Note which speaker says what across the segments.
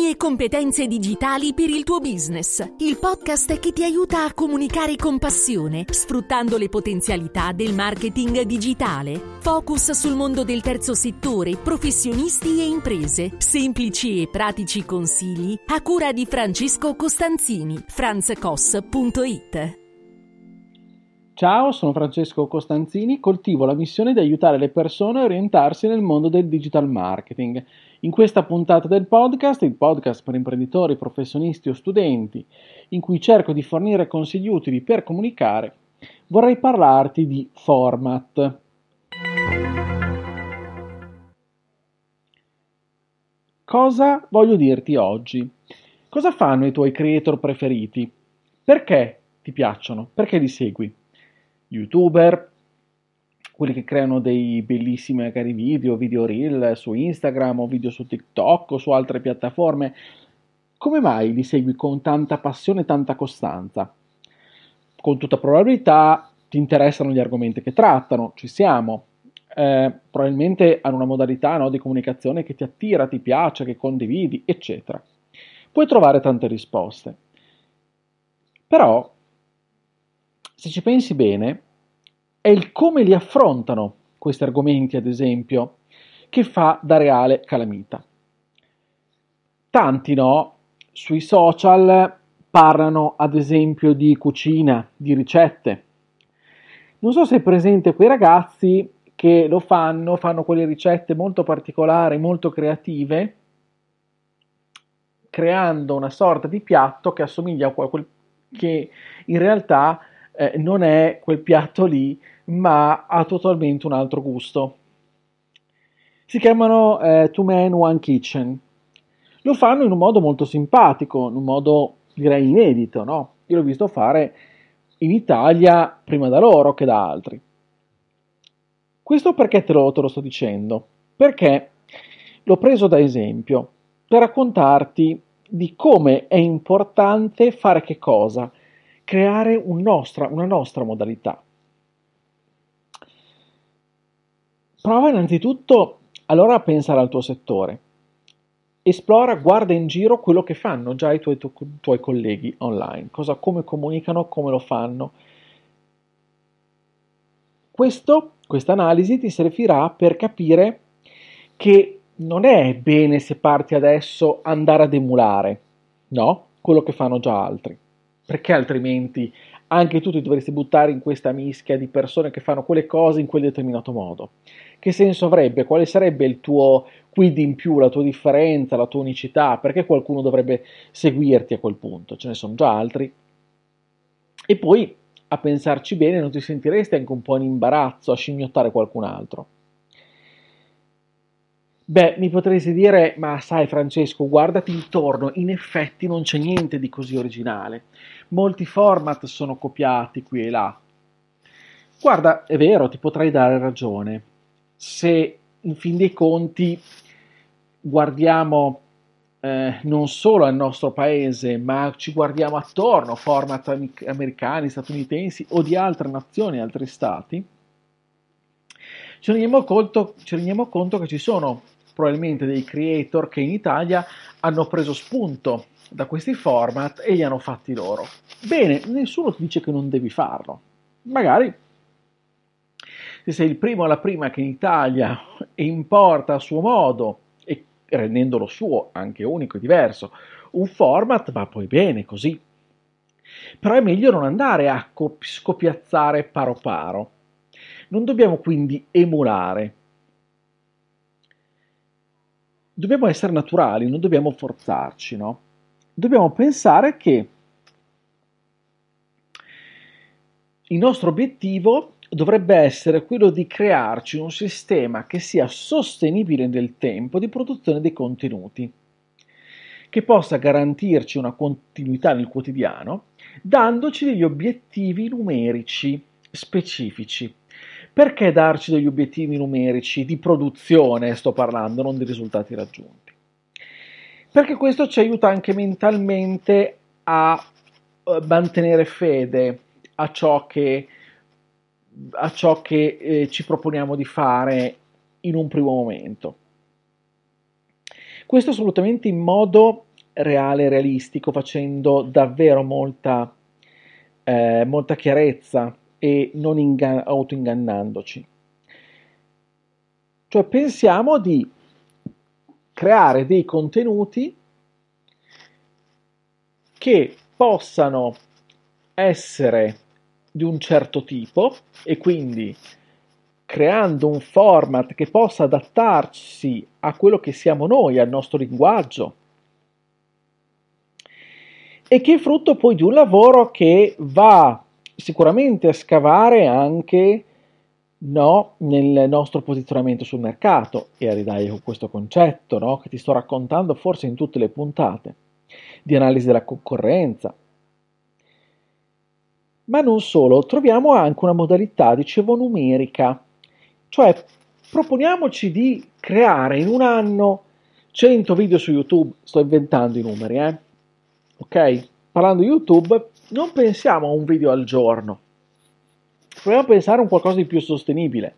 Speaker 1: Soluzioni e competenze digitali per il tuo business. Il podcast che ti aiuta a comunicare con passione, sfruttando le potenzialità del marketing digitale. Focus sul mondo del terzo settore, professionisti e imprese. Semplici e pratici consigli a cura di Francesco Costanzini. franzcos.it.
Speaker 2: Ciao, sono Francesco Costanzini, coltivo la missione di aiutare le persone a orientarsi nel mondo del digital marketing. In questa puntata del podcast, il podcast per imprenditori, professionisti o studenti, in cui cerco di fornire consigli utili per comunicare, vorrei parlarti di format. Cosa voglio dirti oggi? Cosa fanno i tuoi creator preferiti? Perché ti piacciono? Perché li segui? YouTuber, quelli che creano dei bellissimi magari video reel su Instagram o video su TikTok o su altre piattaforme. Come mai li segui con tanta passione e tanta costanza? Con tutta probabilità ti interessano gli argomenti che trattano, ci siamo. Probabilmente hanno una modalità, no, di comunicazione che ti attira, ti piace, che condividi, eccetera. Puoi trovare tante risposte. Però, se ci pensi bene, è il come li affrontano questi argomenti, ad esempio, che fa da reale calamita. Tanti, no, sui social parlano, ad esempio, di cucina, di ricette. Non so se è presente quei ragazzi che fanno quelle ricette molto particolari, molto creative, creando una sorta di piatto che assomiglia a quel che in realtà non è quel piatto lì, ma ha totalmente un altro gusto. Si chiamano Two Men One Kitchen. Lo fanno in un modo molto simpatico, in un modo direi inedito, no? Io l'ho visto fare in Italia prima da loro che da altri. Questo perché te lo sto dicendo? Perché l'ho preso da esempio per raccontarti di come è importante fare che cosa? Creare una nostra modalità. Prova innanzitutto allora a pensare al tuo settore. Esplora, guarda in giro quello che fanno già i tuoi colleghi online, come comunicano, come lo fanno. Questa analisi ti servirà per capire che non è bene, se parti adesso, andare ad emulare, no? Quello che fanno già altri, perché altrimenti anche tu ti dovresti buttare in questa mischia di persone che fanno quelle cose in quel determinato modo. Che senso avrebbe? Quale sarebbe il tuo quid in più, la tua differenza, la tua unicità? Perché qualcuno dovrebbe seguirti a quel punto? Ce ne sono già altri. E poi, a pensarci bene, non ti sentiresti anche un po' in imbarazzo a scimmiottare qualcun altro? Beh, mi potresti dire, ma sai Francesco, guardati intorno, in effetti non c'è niente di così originale. Molti format sono copiati qui e là. Guarda, è vero, ti potrei dare ragione. Se in fin dei conti guardiamo non solo al nostro paese, ma ci guardiamo attorno, format americani, statunitensi o di altre nazioni, altri stati, ci rendiamo conto che ci sono probabilmente dei creator che in Italia hanno preso spunto da questi format e li hanno fatti loro. Bene, nessuno ti dice che non devi farlo. Magari se sei il primo o la prima che in Italia importa a suo modo e rendendolo suo, anche unico e diverso, un format, va poi bene così. Però è meglio non andare a scopiazzare paro paro. Non dobbiamo quindi emulare. Dobbiamo essere naturali, non dobbiamo forzarci, no? Dobbiamo pensare che il nostro obiettivo dovrebbe essere quello di crearci un sistema che sia sostenibile nel tempo di produzione dei contenuti, che possa garantirci una continuità nel quotidiano, dandoci degli obiettivi numerici specifici. Perché darci degli obiettivi numerici di produzione, sto parlando, non di risultati raggiunti? Perché questo ci aiuta anche mentalmente a mantenere fede a ciò che ci proponiamo di fare in un primo momento. Questo assolutamente in modo reale, realistico, facendo davvero molta chiarezza e non autoingannandoci. Cioè pensiamo di creare dei contenuti che possano essere di un certo tipo e quindi creando un format che possa adattarsi a quello che siamo noi, al nostro linguaggio, e che è frutto poi di un lavoro che va sicuramente a scavare anche nel nostro posizionamento sul mercato e a ridare con questo concetto che ti sto raccontando forse in tutte le puntate di analisi della concorrenza. Ma non solo, troviamo anche una modalità, dicevo, numerica, cioè proponiamoci di creare in un anno 100 video su YouTube, sto inventando i numeri, ok? Parlando di YouTube, non pensiamo a un video al giorno, proviamo a pensare a un qualcosa di più sostenibile.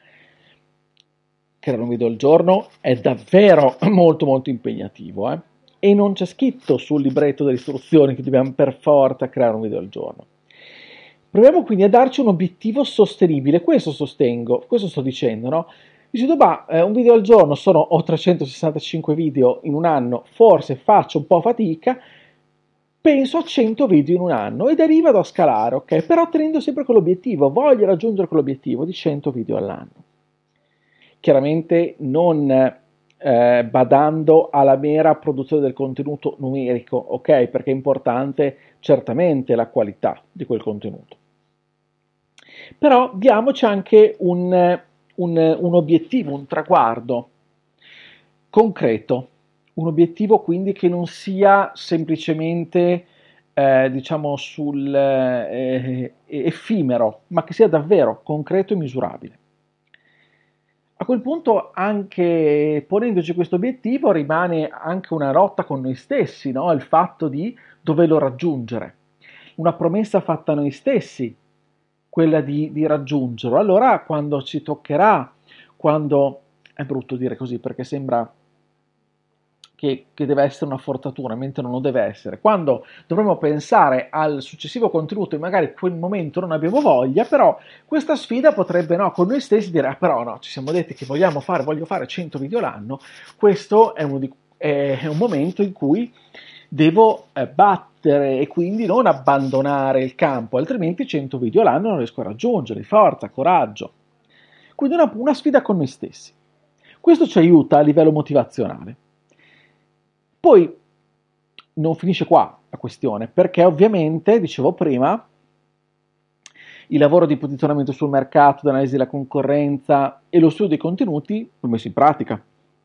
Speaker 2: Creare un video al giorno è davvero molto molto impegnativo, e non c'è scritto sul libretto delle istruzioni che dobbiamo per forza creare un video al giorno. Proviamo quindi a darci un obiettivo sostenibile, questo sostengo, questo sto dicendo, Dicendo, un video al giorno ho 365 video in un anno, forse faccio un po' fatica, penso a 100 video in un anno ed arrivo a scalare, ok? Però tenendo sempre quell'obiettivo, voglio raggiungere quell'obiettivo di 100 video all'anno. Chiaramente non badando alla mera produzione del contenuto numerico, ok? Perché è importante certamente la qualità di quel contenuto. Però diamoci anche un obiettivo, un traguardo concreto, un obiettivo quindi che non sia semplicemente effimero, ma che sia davvero concreto e misurabile. A quel punto, anche ponendoci questo obiettivo, rimane anche una lotta con noi stessi, il fatto di doverlo raggiungere, una promessa fatta a noi stessi, quella di raggiungerlo. Allora, quando ci toccherà, quando è brutto dire così perché sembra che deve essere una forzatura, mentre non lo deve essere, quando dovremo pensare al successivo contenuto e magari in quel momento non abbiamo voglia, però questa sfida potrebbe con noi stessi dire ci siamo detti che voglio fare 100 video l'anno, questo è un momento in cui devo battere e quindi non abbandonare il campo, altrimenti 100 video l'anno non riesco a raggiungere, forza, coraggio. Quindi una sfida con noi stessi. Questo ci aiuta a livello motivazionale. Poi non finisce qua la questione, perché ovviamente, dicevo prima, il lavoro di posizionamento sul mercato, di analisi della concorrenza e lo studio dei contenuti l'ho messo in pratica.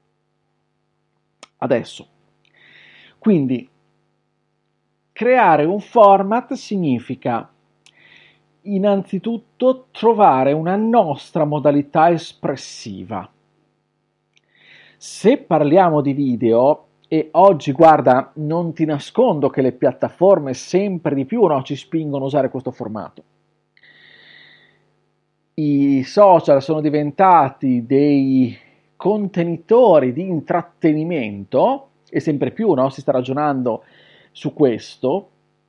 Speaker 2: Adesso. Quindi, creare un format significa innanzitutto trovare una nostra modalità espressiva. Se parliamo di video, e oggi, guarda, non ti nascondo che le piattaforme sempre di più ci spingono a usare questo formato. I social sono diventati dei contenitori di intrattenimento e sempre più si sta ragionando su questo.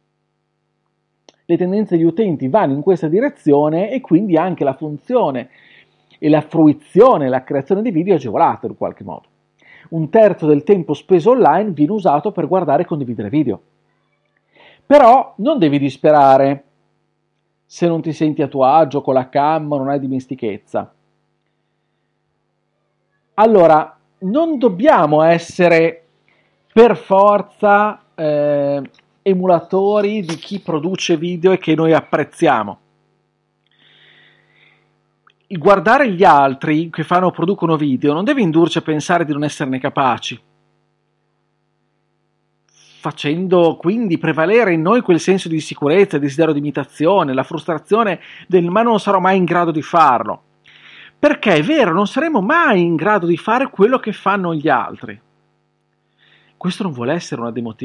Speaker 2: Le tendenze degli utenti vanno in questa direzione e quindi anche la funzione e la fruizione, la creazione di video è agevolata in qualche modo. 1/3 del tempo speso online viene usato per guardare e condividere video. Però non devi disperare se non ti senti a tuo agio con la cam o non hai dimestichezza. Allora, non dobbiamo essere per forza emulatori di chi produce video e che noi apprezziamo. Il guardare gli altri che producono video non deve indurci a pensare di non esserne capaci, facendo quindi prevalere in noi quel senso di sicurezza, il desiderio di imitazione, la frustrazione del ma non sarò mai in grado di farlo. Perché è vero, non saremo mai in grado di fare quello che fanno gli altri. Questo non vuole essere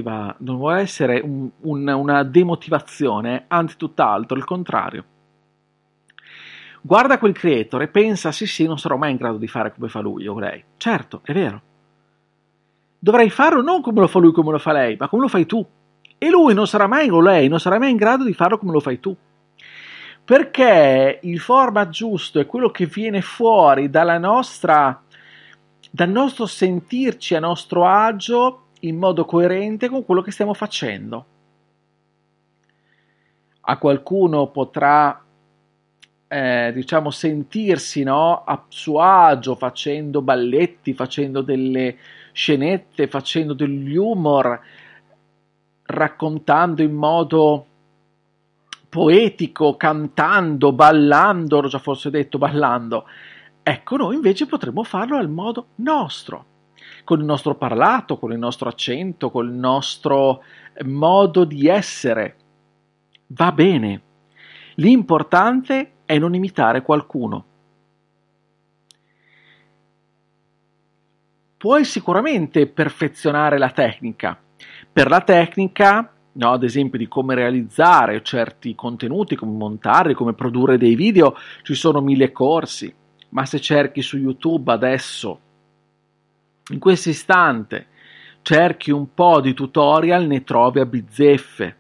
Speaker 2: una demotivazione, anzi tutt'altro, il contrario. Guarda quel creator e pensa, sì, non sarò mai in grado di fare come fa lui o lei. Certo, è vero. dovrai farlo non come lo fa lui, come lo fa lei, ma come lo fai tu. E lui non sarà mai, o lei, non sarà mai in grado di farlo come lo fai tu. Perché il format giusto è quello che viene fuori dal nostro sentirci a nostro agio in modo coerente con quello che stiamo facendo. A qualcuno potrà sentirsi, no, a suo agio facendo balletti, facendo delle scenette, facendo degli humor, raccontando in modo poetico, cantando, ballando, l'ho già forse detto ballando. Ecco, noi invece potremmo farlo al modo nostro, con il nostro parlato, con il nostro accento, con il nostro modo di essere. Va bene. L'importante è non imitare qualcuno. Puoi sicuramente perfezionare la tecnica. Per la tecnica, no, ad esempio di come realizzare certi contenuti, come montarli, come produrre dei video, ci sono 1000 corsi. Ma se cerchi su YouTube adesso, in questo istante, cerchi un po' di tutorial, ne trovi a bizzeffe.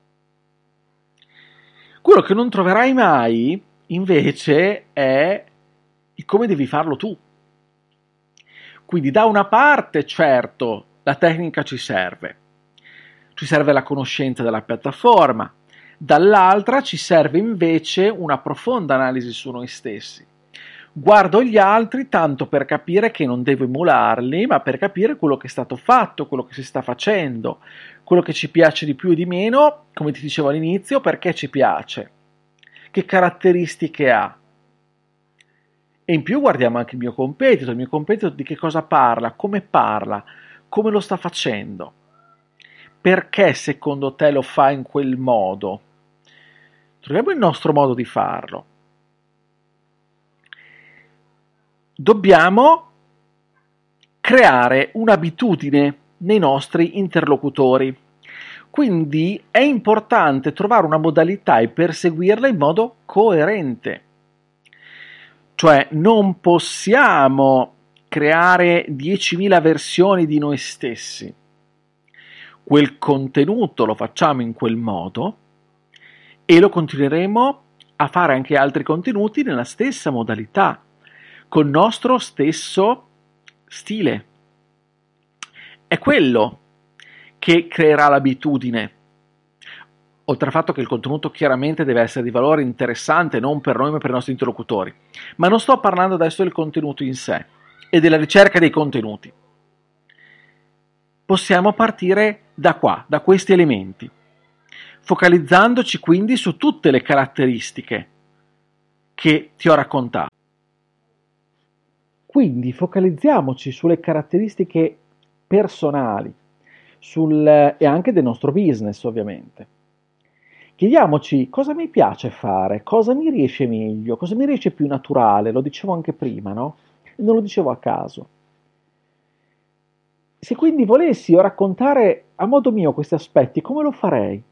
Speaker 2: Quello che non troverai mai, invece, è come devi farlo tu. Quindi da una parte, certo, la tecnica ci serve la conoscenza della piattaforma, dall'altra ci serve invece una profonda analisi su noi stessi. Guardo gli altri tanto per capire che non devo emularli, ma per capire quello che è stato fatto, quello che si sta facendo, quello che ci piace di più e di meno, come ti dicevo all'inizio, perché ci piace, che caratteristiche ha. E in più guardiamo anche il mio competitor di che cosa parla, come lo sta facendo. Perché secondo te lo fa in quel modo? Troviamo il nostro modo di farlo. Dobbiamo creare un'abitudine nei nostri interlocutori. Quindi è importante trovare una modalità e perseguirla in modo coerente. Cioè non possiamo creare 10.000 versioni di noi stessi. Quel contenuto lo facciamo in quel modo e lo continueremo a fare anche altri contenuti nella stessa modalità, col nostro stesso stile. È quello che creerà l'abitudine. Oltre al fatto che il contenuto chiaramente deve essere di valore interessante non per noi ma per i nostri interlocutori. Ma non sto parlando adesso del contenuto in sé e della ricerca dei contenuti. Possiamo partire da qua, da questi elementi, focalizzandoci quindi su tutte le caratteristiche che ti ho raccontato. Quindi focalizziamoci sulle caratteristiche personali e anche del nostro business, ovviamente. Chiediamoci cosa mi piace fare, cosa mi riesce meglio, cosa mi riesce più naturale, lo dicevo anche prima, no? Non lo dicevo a caso. Se quindi volessi io raccontare a modo mio questi aspetti, come lo farei?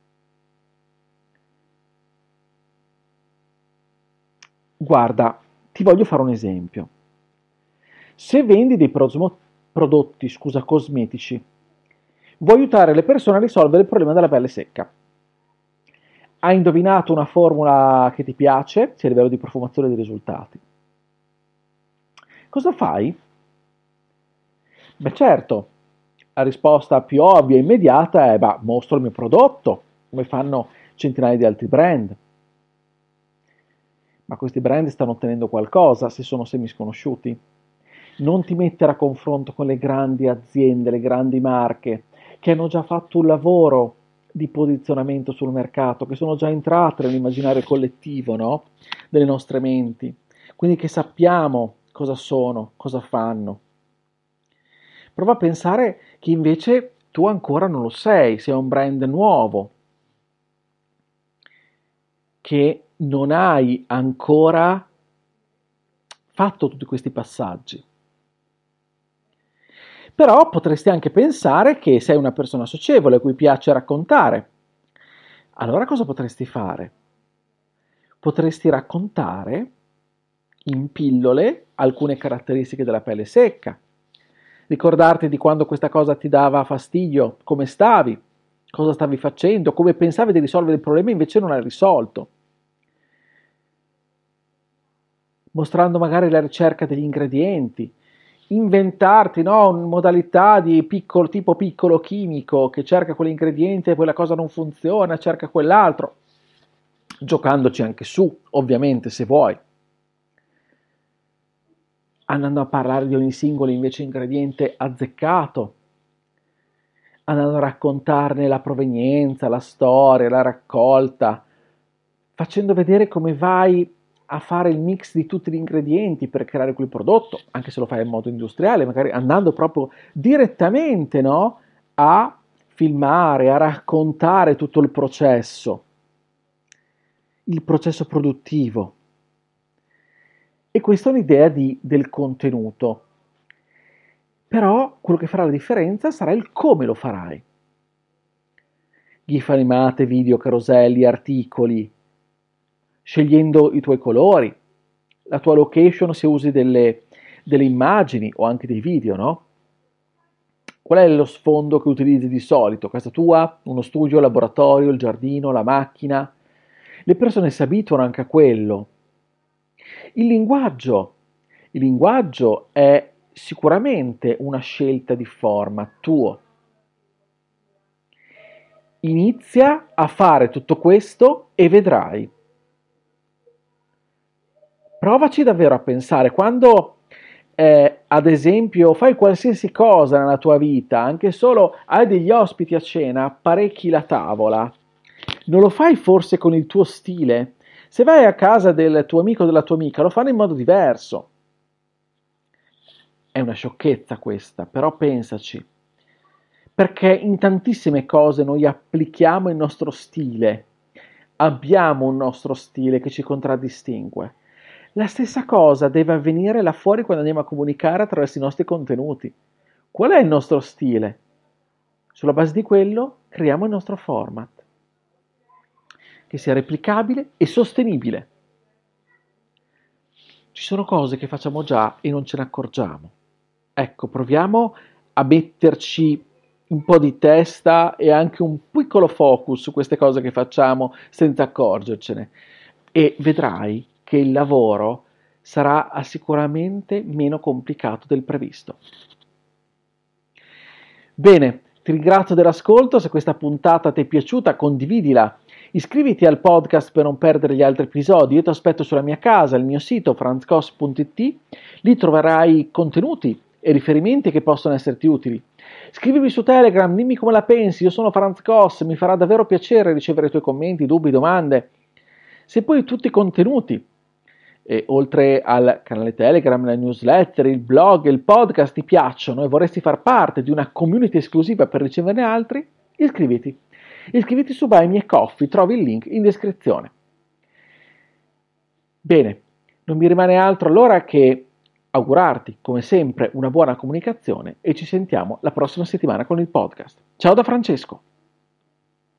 Speaker 2: Guarda, ti voglio fare un esempio. Se vendi dei prodotti cosmetici, vuoi aiutare le persone a risolvere il problema della pelle secca. Hai indovinato una formula che ti piace, sia a livello di profumazione dei risultati. Cosa fai? Beh certo, la risposta più ovvia e immediata è mostro il mio prodotto, come fanno centinaia di altri brand. Ma questi brand stanno ottenendo qualcosa se sono semisconosciuti? Non ti mettere a confronto con le grandi aziende, le grandi marche, che hanno già fatto un lavoro di posizionamento sul mercato, che sono già entrate nell'immaginario collettivo, no? Delle nostre menti. Quindi che sappiamo cosa sono, cosa fanno. Prova a pensare che invece tu ancora non lo sei un brand nuovo, che non hai ancora fatto tutti questi passaggi. Però potresti anche pensare che sei una persona socievole a cui piace raccontare. Allora cosa potresti fare? Potresti raccontare in pillole alcune caratteristiche della pelle secca. ricordarti di quando questa cosa ti dava fastidio, come stavi, cosa stavi facendo, come pensavi di risolvere il problema, invece non l'hai risolto. Mostrando magari la ricerca degli ingredienti, inventarti, no, una modalità di tipo piccolo chimico che cerca quell'ingrediente e quella cosa non funziona, cerca quell'altro, giocandoci anche su, ovviamente, se vuoi. Andando a parlare di ogni singolo invece ingrediente azzeccato, andando a raccontarne la provenienza, la storia, la raccolta, facendo vedere come vai a fare il mix di tutti gli ingredienti per creare quel prodotto, anche se lo fai in modo industriale, magari andando proprio direttamente, no, a filmare, a raccontare tutto il processo produttivo. E questa è un'idea del contenuto. Però quello che farà la differenza sarà il come lo farai. GIF animate, video, caroselli, articoli, scegliendo i tuoi colori, la tua location se usi delle immagini o anche dei video, no? Qual è lo sfondo che utilizzi di solito? Casa tua, uno studio, laboratorio, il giardino, la macchina? Le persone si abituano anche a quello. Il linguaggio è sicuramente una scelta di format tuo. Inizia a fare tutto questo e vedrai. Provaci davvero a pensare, quando ad esempio fai qualsiasi cosa nella tua vita, anche solo hai degli ospiti a cena, apparecchi la tavola, non lo fai forse con il tuo stile? Se vai a casa del tuo amico o della tua amica, lo fanno in modo diverso. È una sciocchezza questa, però pensaci, perché in tantissime cose noi applichiamo il nostro stile, abbiamo un nostro stile che ci contraddistingue. La stessa cosa deve avvenire là fuori quando andiamo a comunicare attraverso i nostri contenuti. Qual è il nostro stile? Sulla base di quello creiamo il nostro format, che sia replicabile e sostenibile. Ci sono cose che facciamo già e non ce ne accorgiamo. Ecco, proviamo a metterci un po' di testa e anche un piccolo focus su queste cose che facciamo senza accorgercene e vedrai che il lavoro sarà sicuramente meno complicato del previsto. Bene, ti ringrazio dell'ascolto, se questa puntata ti è piaciuta condividila, iscriviti al podcast per non perdere gli altri episodi, io ti aspetto sulla mia casa, il mio sito franzcos.it, lì troverai contenuti e riferimenti che possono esserti utili. Scrivimi su Telegram, dimmi come la pensi, io sono Franz Cos, mi farà davvero piacere ricevere i tuoi commenti, dubbi, domande. Se poi tutti i contenuti, oltre al canale Telegram, la newsletter, il blog, il podcast ti piacciono e vorresti far parte di una community esclusiva per riceverne altri, iscriviti. Iscriviti su Buy Me a Coffee, trovi il link in descrizione. Bene, non mi rimane altro allora che augurarti, come sempre, una buona comunicazione e ci sentiamo la prossima settimana con il podcast. Ciao da Francesco!